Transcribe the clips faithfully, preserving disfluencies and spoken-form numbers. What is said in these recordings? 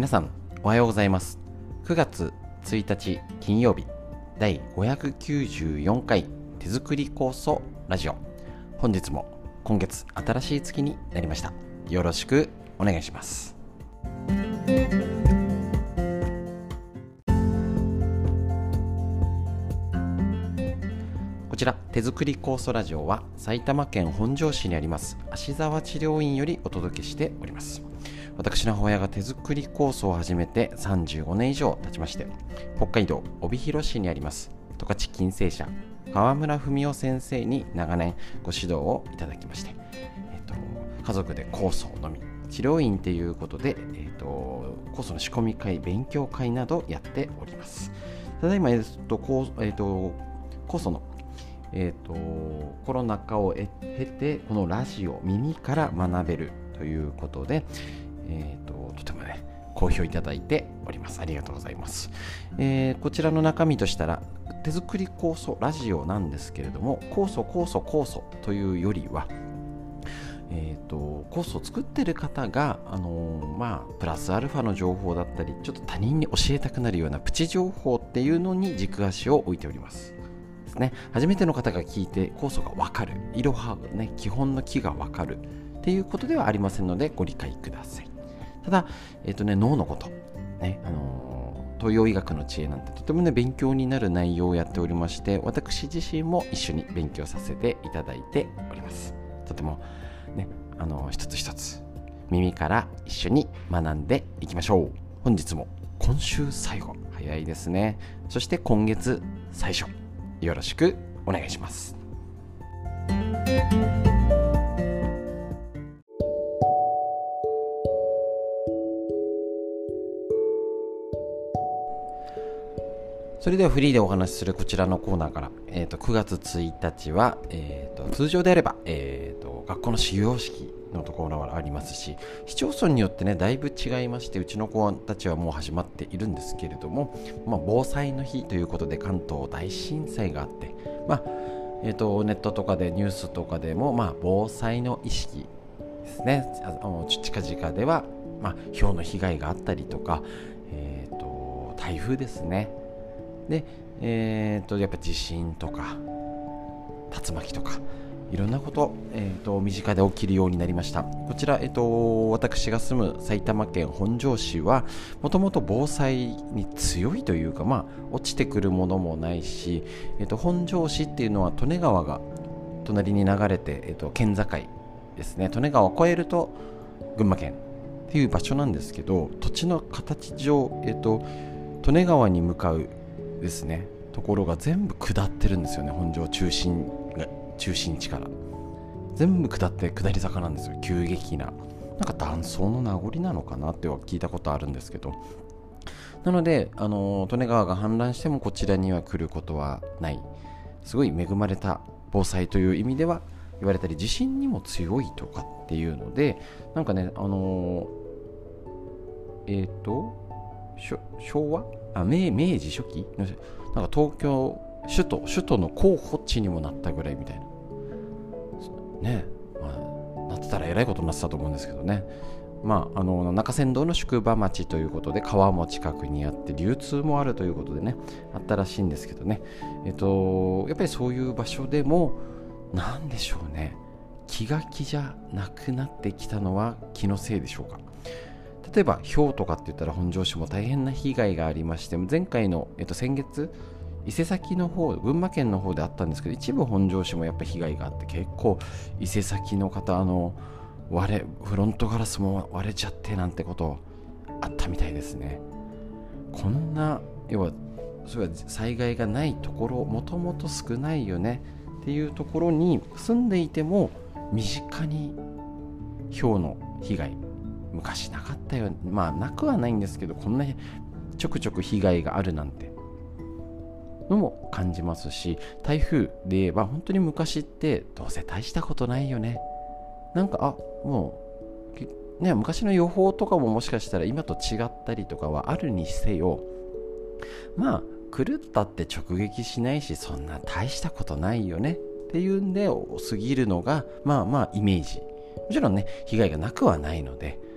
皆さんおはようございます。くがつついたち金曜日、だいごひゃくきゅうじゅうよんかい手作り酵素ラジオ。本日も今月新しい月になりました。よろしくお願いします。こちら手作り酵素ラジオは埼玉県本庄市にあります芦沢治療院よりお届けしております。私の母親が手作り酵素を始めてさんじゅうごねん以上経ちまして、北海道帯広市にあります十勝金星社川村文夫先生に長年ご指導をいただきまして、えっと、家族で酵素を飲み、治療院ということで、えっと、酵素の仕込み会、勉強会などやっております。ただいま、えっと酵えっと、酵素のえー、とコロナ禍を経てこのラジオ耳から学べるということで、えー、ととてもね好評いただいております。ありがとうございます。えー、こちらの中身としたら手作り酵素ラジオなんですけれども、酵素酵素酵素というよりは、えー、と酵素を作っている方が、あのーまあ、プラスアルファの情報だったり、ちょっと他人に教えたくなるようなプチ情報っていうのに軸足を置いております。ね、初めての方が聞いて酵素が分かる、いろは、ね、基本の木が分かるっていうことではありませんのでご理解ください。ただ、えーとね、脳のこと、ねあのー、東洋医学の知恵なんてとてもね勉強になる内容をやっておりまして、私自身も一緒に勉強させていただいております。とても、ねあのー、一つ一つ耳から一緒に学んでいきましょう。本日も今週最後、早いですね。そして今月最初、よろしくお願いします。それではフリーでお話しするこちらのコーナーから、えー、とくがつついたちは、えー、と通常であれば、えー、と学校の始業式のところはありますし、市町村によってねだいぶ違いまして、うちの子たちはもう始まっているんですけれども、まあ、防災の日ということで関東大震災があって、まあえー、とネットとかでニュースとかでも、まあ、防災の意識ですね。あの近々では、まあ、氷の被害があったりとか、えー、と台風ですね。で、えー、とやっぱ地震とか竜巻とかいろんなこと、えー、と身近で起きるようになりました。こちら、えー、と私が住む埼玉県本庄市はもともと防災に強いというか、まあ、落ちてくるものもないし、えー、と本庄市っていうのは利根川が隣に流れて、えー、と県境ですね。利根川を越えると群馬県っていう場所なんですけど、土地の形上、えー、と利根川に向かうですねところが全部下ってるんですよね。本庄中心が中心地から全部下って下り坂なんですよ。急激な、なんか断層の名残なのかなっては聞いたことあるんですけど、なので、あの利根川が氾濫してもこちらには来ることはない、すごい恵まれた防災という意味では言われたり、地震にも強いとかっていうので、なんかね、あのー、えっ、ー、と昭和あ 明, 明治初期のなんか東京首都首都の候補地にもなったぐらいみたいなね、まあ、なってたらえらいことになってたと思うんですけどね。まあ、あの中山道の宿場町ということで川も近くにあって流通もあるということでね、あったらしいんですけどね、えっとやっぱりそういう場所でもなんでしょうね、気が気じゃなくなってきたのは気のせいでしょうか。例えば氷とかって言ったら本庄市も大変な被害がありまして、前回の、えっと、先月伊勢崎の方、群馬県の方であったんですけど、一部本庄市もやっぱ被害があって、結構伊勢崎の方、あの割れフロントガラスも割れちゃってなんてことあったみたいですね。こんな要はそれは災害がないところ、もともと少ないよねっていうところに住んでいても身近に氷の被害昔なかったよ、まあなくはないんですけど、こんなちょくちょく被害があるなんてのも感じますし、台風で言えば本当に昔ってどうせ大したことないよね、なんかあもうね、昔の予報とかももしかしたら今と違ったりとかはあるにせよ、まあ狂ったって直撃しないし、そんな大したことないよねっていうんで過ぎるのがまあまあイメージ。もちろんね被害がなくはないので、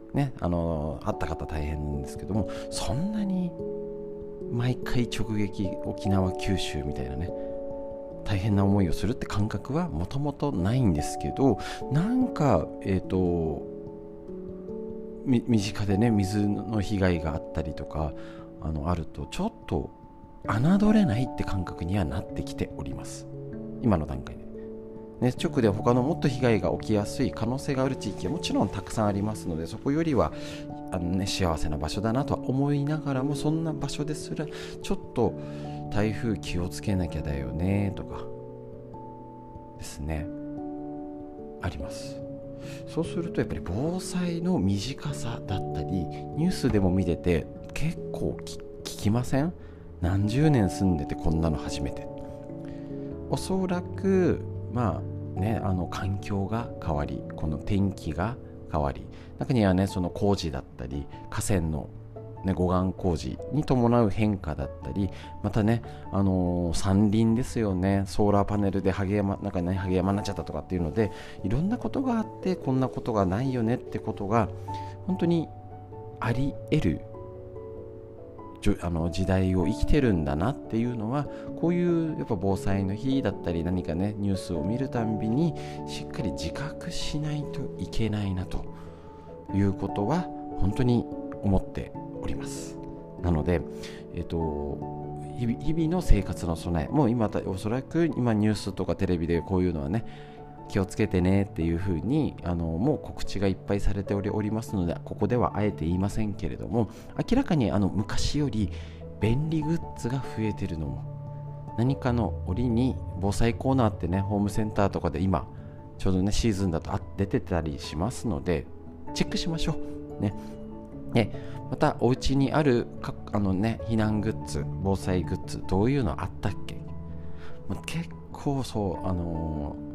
ね、あのあった方大変なんですけども、そんなに毎回直撃沖縄九州みたいなね大変な思いをするって感覚はもともとないんですけど、なんかえっと身近でね水の被害があったりとかあのあるとちょっと侮れないって感覚にはなってきております、今の段階で。ね、直で他のもっと被害が起きやすい可能性がある地域はもちろんたくさんありますので、そこよりはあの、ね、幸せな場所だなとは思いながらも、そんな場所ですらちょっと台風気をつけなきゃだよねとかですねあります。そうするとやっぱり防災の短さだったりニュースでも見てて結構聞きません？何十年住んでてこんなの初めて。おそらくまあね、あの環境が変わり、この天気が変わり、中にはねその工事だったり河川の、ね、護岸工事に伴う変化だったり、またね、あのー、山林ですよね、ソーラーパネルでハゲ山なんかねハゲ山になっちゃったとかっていうので、いろんなことがあってこんなことがないよねってことが本当にあり得るあの時代を生きてるんだなっていうのは、こういうやっぱ防災の日だったり何かねニュースを見るたんびにしっかり自覚しないといけないなということは本当に思っております。なので、えっと、日々、日々の生活の備えもう今おそらく今ニュースとかテレビでこういうのはね気をつけてねっていうふうにあのもう告知がいっぱいされており、おりますのでここではあえて言いませんけれども、明らかにあの昔より便利グッズが増えてるのも、何かの折に防災コーナーってねホームセンターとかで今ちょうどねシーズンだと出てたりしますのでチェックしましょうね。でまたお家にあるかあのね避難グッズ、防災グッズどういうのあったっけ、まあ、結構そうあのー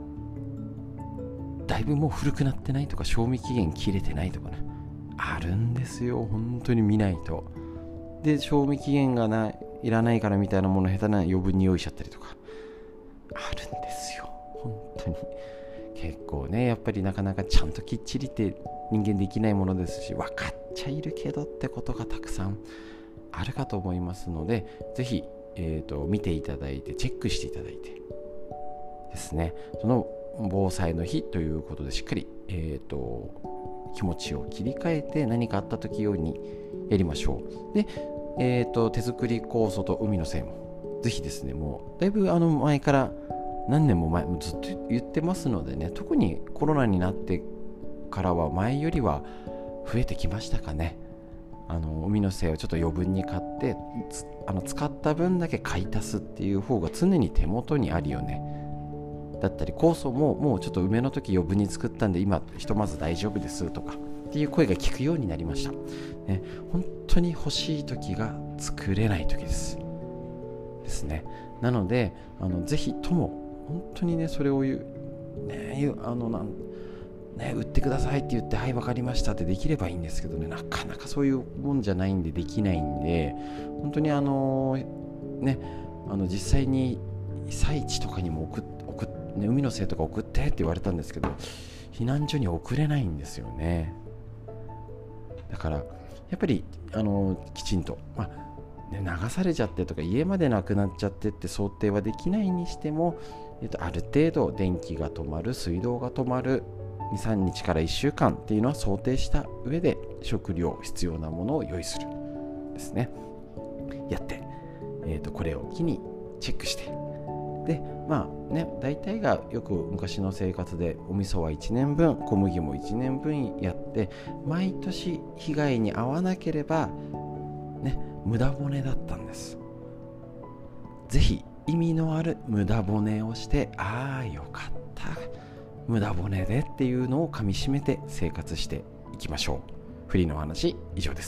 だいぶもう古くなってないとか賞味期限切れてないとかねあるんですよ、本当に見ないと。で賞味期限がないらないからみたいなもの下手な余分に用意しちゃったりとかあるんですよ、本当に。結構ねやっぱりなかなかちゃんときっちりって人間できないものですし、分かっちゃいるけどってことがたくさんあるかと思いますので、ぜひ、えーと、見ていただいてチェックしていただいてですね、その防災の日ということでしっかり、えーと、気持ちを切り替えて何かあった時用にやりましょう。で、えーと、手作り酵素と海の精もぜひですね、もうだいぶあの前から何年も前ずっと言ってますのでね、特にコロナになってからは前よりは増えてきましたかね。あの海の精をちょっと余分に買ってあの使った分だけ買い足すっていう方が常に手元にあるよねだったり、酵素ももうちょっと梅の時余分に作ったんで今ひとまず大丈夫ですとかっていう声が聞くようになりました、ね、本当に欲しい時が作れない時ですですね。なのであのぜひとも本当にねそれを言う、ね、あのなんね、売ってくださいって言ってはい分かりましたってできればいいんですけどね、なかなかそういうもんじゃないんでできないんで、本当にあのねあの実際に被災地とかにも送っ送っ、ね、海の精とか送ってって言われたんですけど避難所に送れないんですよね。だからやっぱりあのきちんと、まあね、流されちゃってとか家までなくなっちゃってって想定はできないにしても、えっと、ある程度電気が止まる、水道が止まるにさんにちからいっしゅうかんっていうのは想定した上で食料必要なものを用意するですね。やって、えーと、これを機にチェックして、でまあね大体がよく昔の生活でお味噌はいちねんぶん、小麦もいちねんぶんやって毎年被害に遭わなければね無駄骨だったんです。ぜひ意味のある無駄骨をして、ああよかった無駄骨でっていうのをかみしめて生活していきましょう。フリーのお話以上です。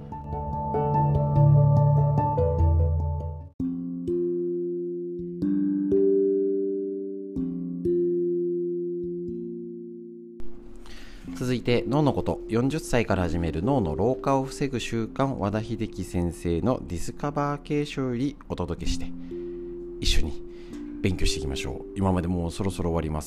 続いて脳のこと、よんじゅっさいから始める脳の老化を防ぐ習慣、和田秀樹先生のディスカバー継承よりお届けして一緒に勉強していきましょう。今までもうそろそろ終わります。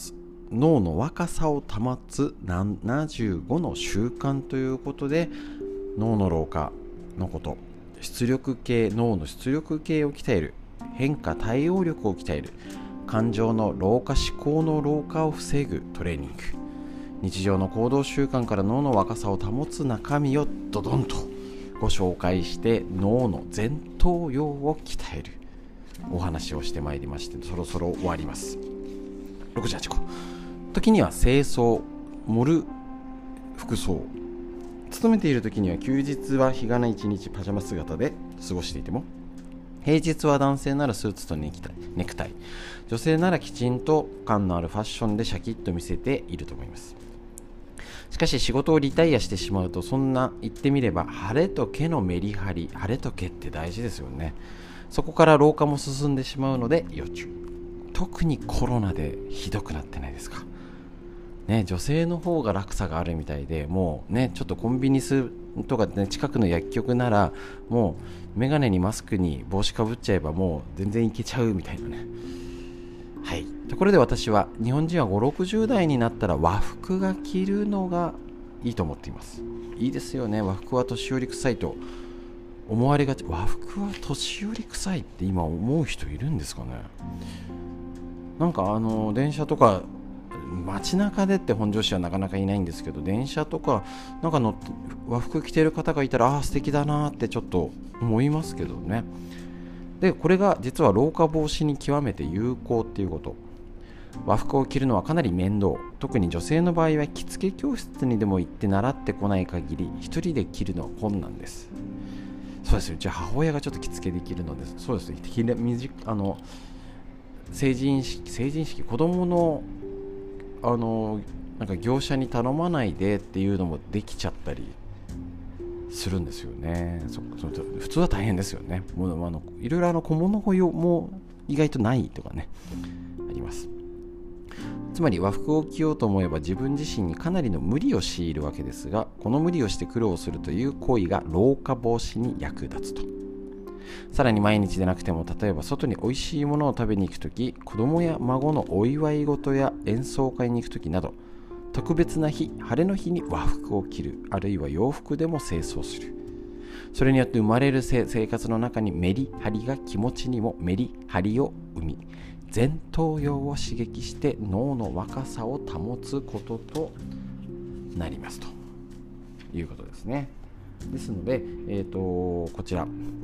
脳の若さを保つななじゅうごの習慣ということで、脳の老化のこと、出力系、脳の出力系を鍛える、変化対応力を鍛える、感情の老化、思考の老化を防ぐトレーニング、日常の行動習慣から脳の若さを保つ中身をドドンとご紹介して、脳の前頭葉を鍛えるお話をしてまいりまして、そろそろ終わります。ろくじゅうはちこ。時には清掃、盛る服装、勤めている時には休日は日がない一日パジャマ姿で過ごしていても、平日は男性ならスーツとネクタイ、ネクタイ、女性ならきちんと感のあるファッションでシャキッと見せていると思います。しかし仕事をリタイアしてしまうと、そんな言ってみれば晴れと毛のメリハリ、晴れと毛って大事ですよね。そこから老化も進んでしまうので要注意。特にコロナでひどくなってないですかね。女性の方が落差があるみたいで、もうね、ちょっとコンビニスとか、ね、近くの薬局ならもうメガネにマスクに帽子かぶっちゃえばもう全然いけちゃうみたいなね。はい。ところで私は日本人はご、ろくじゅう代になったら和服が着るのがいいと思っています。いいですよね。和服は年寄り臭いと思われがち。和服は年寄り臭いって今思う人いるんですかね。なんかあの電車とか街中でって本庄市はなかなかいないんですけど、電車とかなんか乗って和服着てる方がいたら、ああ素敵だなってちょっと思いますけどね。でこれが実は老化防止に極めて有効っていうこと。和服を着るのはかなり面倒。特に女性の場合は着付け教室にでも行って習ってこない限り一人で着るのは困難です。そうですよ。うち母親がちょっと着付けできるので、そうですね。あの成人式成人式子供のあのなんか業者に頼まないでっていうのもできちゃったりするんですよね。そそ普通は大変ですよね。もうあのいろいろあの小物保養も意外とないとかね、あります。つまり和服を着ようと思えば自分自身にかなりの無理を強いるわけですが、この無理をして苦労するという行為が老化防止に役立つと。さらに毎日でなくても、例えば外に美味しいものを食べに行くとき、子供や孫のお祝い事や演奏会に行くときなど、特別な日、晴れの日に和服を着る、あるいは洋服でも清掃する。それによって生まれる生活の中にメリハリが気持ちにもメリハリを生み、前頭葉を刺激して脳の若さを保つこととなりますということですね。ですので、えーと、こちら、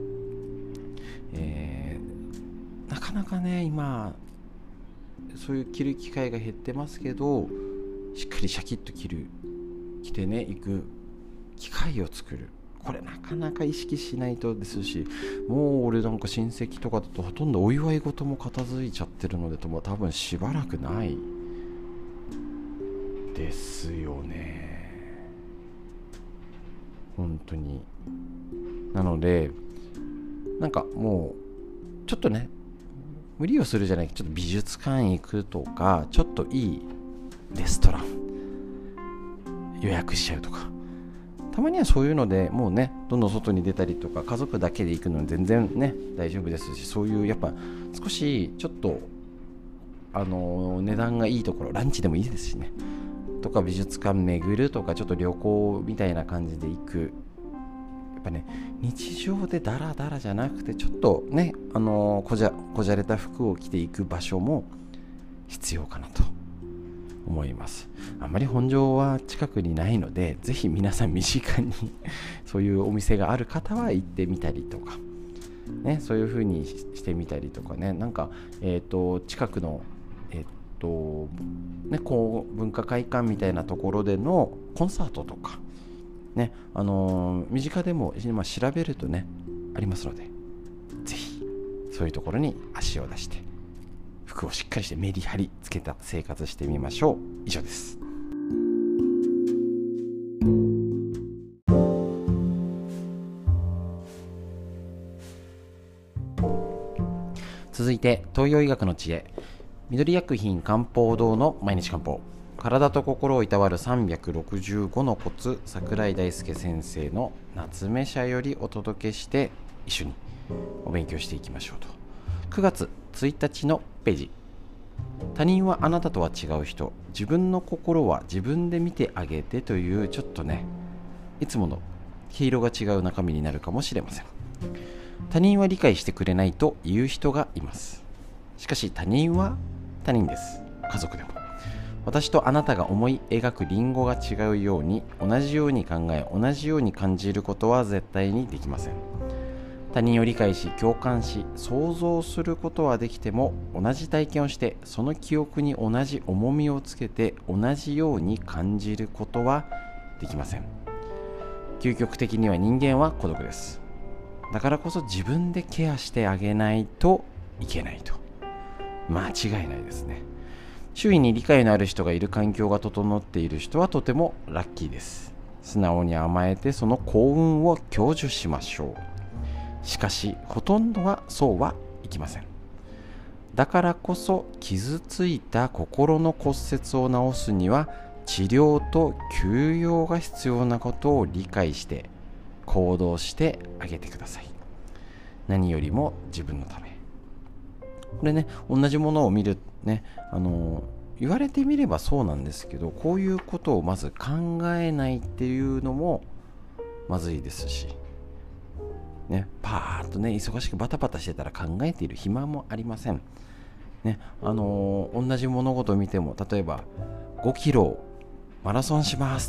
えー、なかなかね今そういう着る機会が減ってますけど、しっかりシャキッと着る着てね行く機会を作る、これなかなか意識しないとですし、もう俺なんか親戚とかだとほとんどお祝い事も片付いちゃってるので、多分しばらくないですよね、本当に。なのでなんかもうちょっとね無理をするじゃないけど、ちょっと美術館行くとか、ちょっといいレストラン予約しちゃうとか、たまにはそういうのでもうねどんどん外に出たりとか、家族だけで行くのに全然ね大丈夫ですし、そういうやっぱ少しちょっとあの値段がいいところ、ランチでもいいですしねとか、美術館巡るとか、ちょっと旅行みたいな感じで行く。やっぱね日常でダラダラじゃなくて、ちょっとねあのこじゃこじゃれた服を着ていく場所も必要かなと思います。あまり本庄は近くにないので、ぜひ皆さん身近にそういうお店がある方は行ってみたりとかね、そういう風にしてみたりとかね、なんかえっと近くのえっとねこう文化会館みたいなところでのコンサートとかね、あのー、身近でも今調べるとねありますので、ぜひそういうところに足を出して服をしっかりしてメリハリつけた生活してみましょう。以上です。続いて東洋医学の知恵、緑薬品漢方堂の毎日漢方、体と心をいたわるさんびゃくろくじゅうごのコツ、櫻井大輔先生の夏目社よりお届けして一緒にお勉強していきましょうと。くがつついたちのページ、 他人はあなたとは違う人、自分の心は自分で見てあげてという、ちょっとねいつもの毛色が違う中身になるかもしれません。他人は理解してくれないという人がいます。しかし他人は他人です。家族でも。私とあなたが思い描くリンゴが違うように、同じように考え同じように感じることは絶対にできません。他人を理解し共感し想像することはできても、同じ体験をしてその記憶に同じ重みをつけて同じように感じることはできません。究極的には人間は孤独です。だからこそ自分でケアしてあげないといけないと。間違いないですね。周囲に理解のある人がいる環境が整っている人はとてもラッキーです。素直に甘えてその幸運を享受しましょう。しかしほとんどはそうはいきません。だからこそ傷ついた心の骨折を治すには治療と休養が必要なことを理解して行動してあげてください。何よりも自分のため。これね、同じものを見るね、あの言われてみればそうなんですけど、こういうことをまず考えないっていうのもまずいですしね、パーッとね忙しくバタバタしてたら考えている暇もありませんね。あのー、同じ物事を見ても、例えばごキロマラソンします、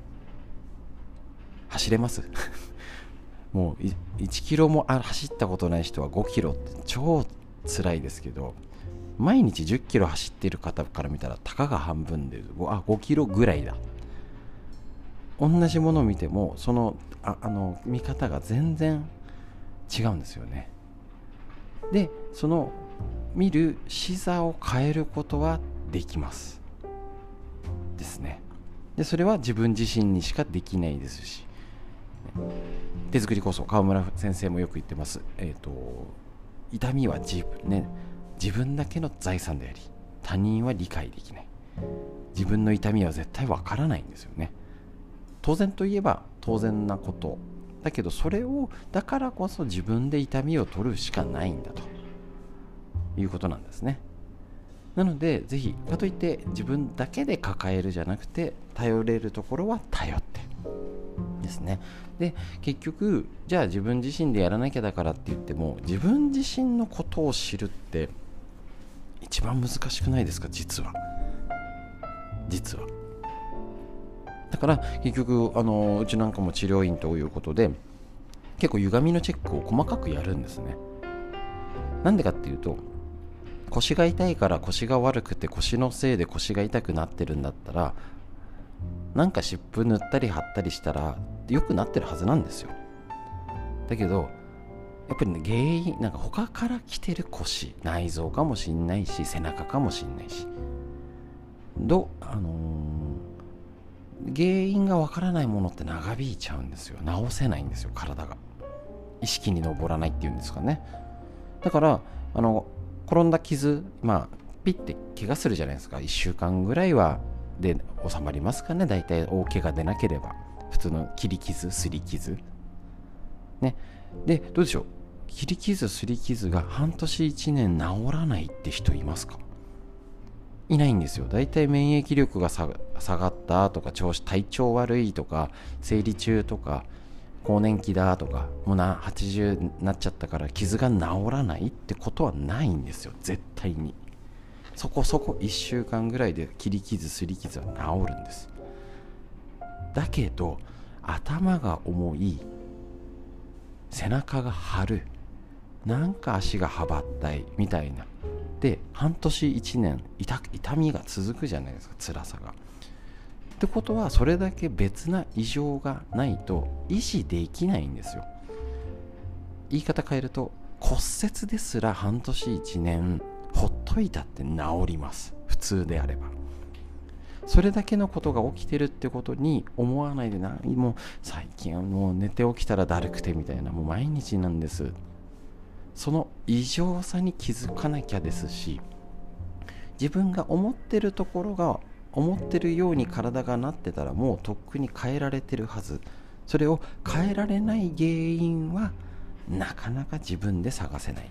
走れますもういちキロも走ったことない人はごキロって超辛いですけど、毎日じゅっキロ走っている方から見たらたかが半分で、あごキロぐらいだ。同じものを見てもそのああの見方が全然違うんですよね。でその見る視座を変えることはできますですね。でそれは自分自身にしかできないですし、手作り構想、川村先生もよく言ってます。えっと痛みは自分、ね、自分だけの財産であり、他人は理解できない。自分の痛みは絶対わからないんですよね。当然といえば当然なことだけど、それをだからこそ自分で痛みを取るしかないんだということなんですね。なのでぜひ、かといって自分だけで抱えるじゃなくて、頼れるところは頼ってですね。で結局じゃあ自分自身でやらなきゃだからって言っても、自分自身のことを知るって一番難しくないですか？実は実はだから結局あのうちなんかも治療院ということで結構歪みのチェックを細かくやるんですね。なんでかっていうと、腰が痛いから腰が悪くて腰のせいで腰が痛くなってるんだったら、なんか湿布塗ったり貼ったりしたら良くなってるはずなんですよ。だけどやっぱりね、原因なんか他から来てる腰、内臓かもしんないし背中かもしんないし、どあのー、原因がわからないものって長引いちゃうんですよ。治せないんですよ、体が意識に上らないっていうんですかね。だからあの転んだ傷、まあピッて怪我するじゃないですか。いっしゅうかんぐらいはで収まりますかね。だいたい大怪我でなければ。普通の切り傷、すり傷ね。でどうでしょう、切り傷、すり傷が半年いちねん治らないって人いますか？いないんですよ。だいたい免疫力が下がったとか、調子体調悪いとか、生理中とか更年期だとか、もうなはちじゅうになっちゃったから傷が治らないってことはないんですよ、絶対に。そこそこいっしゅうかんぐらいで切り傷、すり傷は治るんです。だけど頭が重い、背中が張る、なんか足がはばったいみたいなで半年いちねん 痛, 痛みが続くじゃないですか、辛さが。ってことはそれだけ別な異常がないと維持できないんですよ。言い方変えると、骨折ですら半年いちねんほっといたって治ります、普通であれば。それだけのことが起きてるってことに思わないで、なもう最近はもう寝て起きたらだるくてみたいな、もう毎日なんです。その異常さに気づかなきゃですし、自分が思ってるところが思ってるように体がなってたらもうとっくに変えられてるはず。それを変えられない原因はなかなか自分で探せない。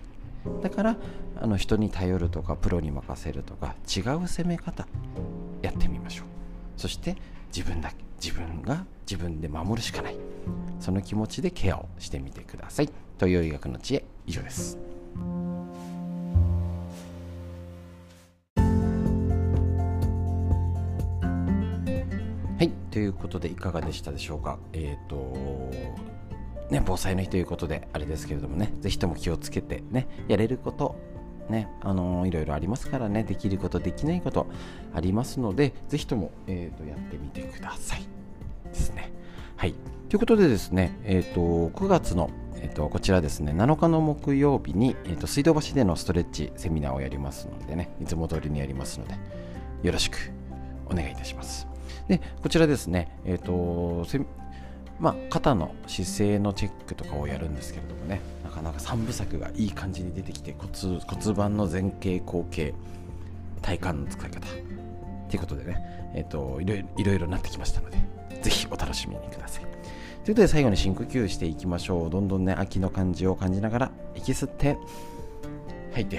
だからあの人に頼るとかプロに任せるとか違う攻め方やってみましょう。そして自分だけ自分が自分で守るしかない、その気持ちでケアをしてみてください。東洋医学の知恵、以上です。はい、ということでいかがでしたでしょうか。えっ、ー、とね、防災の日ということであれですけれどもね、ぜひとも気をつけてね、やれることね、あのー、いろいろありますからね、できることできないことありますので、ぜひとも、えー、とやってみてくださいですね。はい、ということでですね、えー、とくがつの、えー、とこちらですね、なのかの木曜日に、えー、と水道橋でのストレッチセミナーをやりますのでね、いつも通りにやりますのでよろしくお願いいたします。でこちらですね、えーとまあ、肩の姿勢のチェックとかをやるんですけれどもね、なかなかさんぶ作がいい感じに出てきて、 骨, 骨盤の前傾後傾体幹の使い方ということでね、えーといろいろいろいろなってきましたので、ぜひお楽しみにください。ということで最後に深呼吸していきましょう。どんどんね、秋の感じを感じながら息吸って吐いて、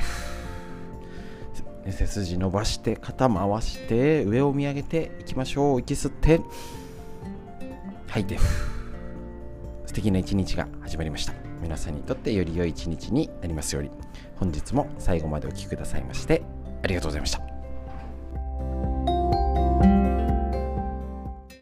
背筋伸ばして肩回して上を見上げていきましょう。息吸って吐いて、素敵な一日が始まりました。皆さんにとってより良い一日になりますように。本日も最後までお聞きくださいましてありがとうございました。